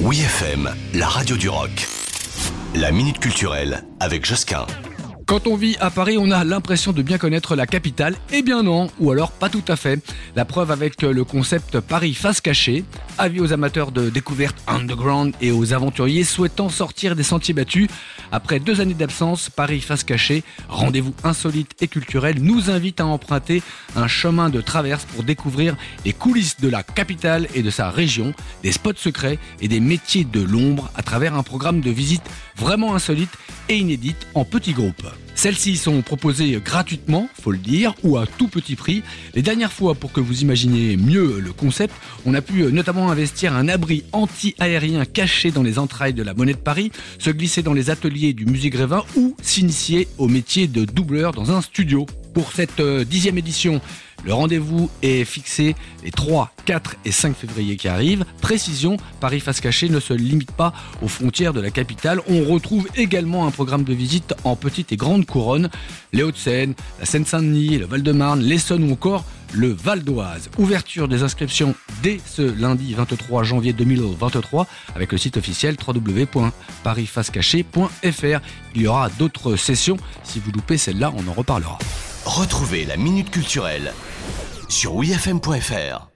Oui FM, la radio du rock. La minute culturelle avec Josquin. Quand on vit à Paris, on a l'impression de bien connaître la capitale. Eh bien non, ou alors pas tout à fait. La preuve avec le concept Paris face cachée. Avis aux amateurs de découverte underground et aux aventuriers souhaitant sortir des sentiers battus. Après 2 années d'absence, Paris face cachée, rendez-vous insolite et culturel, nous invite à emprunter un chemin de traverse pour découvrir les coulisses de la capitale et de sa région, des spots secrets et des métiers de l'ombre à travers un programme de visite vraiment insolite et inédite en petits groupes. Celles-ci sont proposées gratuitement, faut le dire, ou à tout petit prix. Les dernières fois, pour que vous imaginiez mieux le concept, on a pu notamment investir un abri anti-aérien caché dans les entrailles de la Monnaie de Paris, se glisser dans les ateliers du Musée Grévin ou s'initier au métier de doubleur dans un studio. Pour cette 10e édition, le rendez-vous est fixé les 3, 4 et 5 février qui arrivent. Précision, Paris face cachée ne se limite pas aux frontières de la capitale. On retrouve également un programme de visite en petite et grande couronne. Les Hauts-de-Seine, la Seine-Saint-Denis, le Val-de-Marne, l'Essonne ou encore le Val d'Oise. Ouverture des inscriptions dès ce lundi 23 janvier 2023 avec le site officiel www.parisfacecaché.fr. Il y aura d'autres sessions. Si vous loupez celle-là, on en reparlera. Retrouvez la minute culturelle sur wifm.fr.